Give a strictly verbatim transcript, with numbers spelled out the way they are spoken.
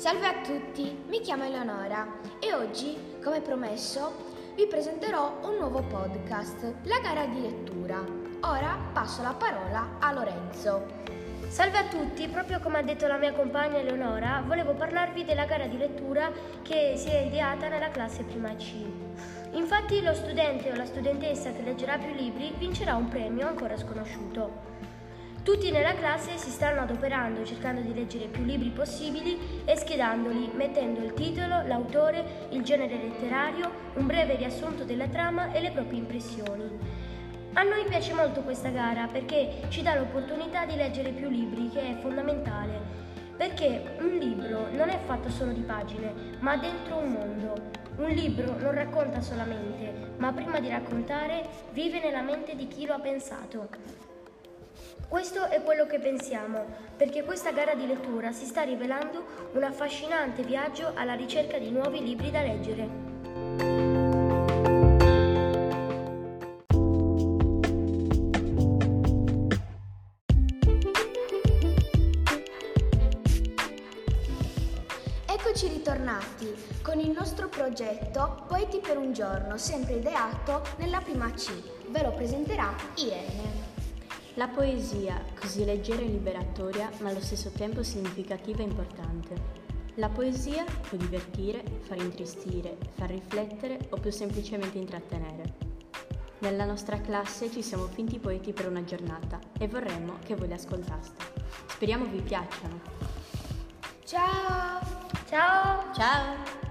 Salve a tutti, mi chiamo Eleonora e oggi, come promesso, vi presenterò un nuovo podcast, la gara di lettura. Ora passo la parola a Lorenzo. Salve a tutti, proprio come ha detto la mia compagna Eleonora, volevo parlarvi della gara di lettura che si è ideata nella classe prima C. Infatti lo studente o la studentessa che leggerà più libri vincerà un premio ancora sconosciuto. Tutti nella classe si stanno adoperando cercando di leggere più libri possibili e schedandoli, mettendo il titolo, l'autore, il genere letterario, un breve riassunto della trama e le proprie impressioni. A noi piace molto questa gara perché ci dà l'opportunità di leggere più libri, che è fondamentale, perché un libro non è fatto solo di pagine, ma ha dentro un mondo. Un libro non racconta solamente, ma prima di raccontare vive nella mente di chi lo ha pensato. Questo è quello che pensiamo, perché questa gara di lettura si sta rivelando un affascinante viaggio alla ricerca di nuovi libri da leggere. Eccoci ritornati con il nostro progetto Poeti per un giorno, sempre ideato nella prima C. Ve lo presenterà Irene. La poesia, così leggera e liberatoria, ma allo stesso tempo significativa e importante. La poesia può divertire, far intristire, far riflettere o più semplicemente intrattenere. Nella nostra classe ci siamo finti poeti per una giornata e vorremmo che voi le ascoltaste. Speriamo vi piacciono. Ciao! Ciao! Ciao!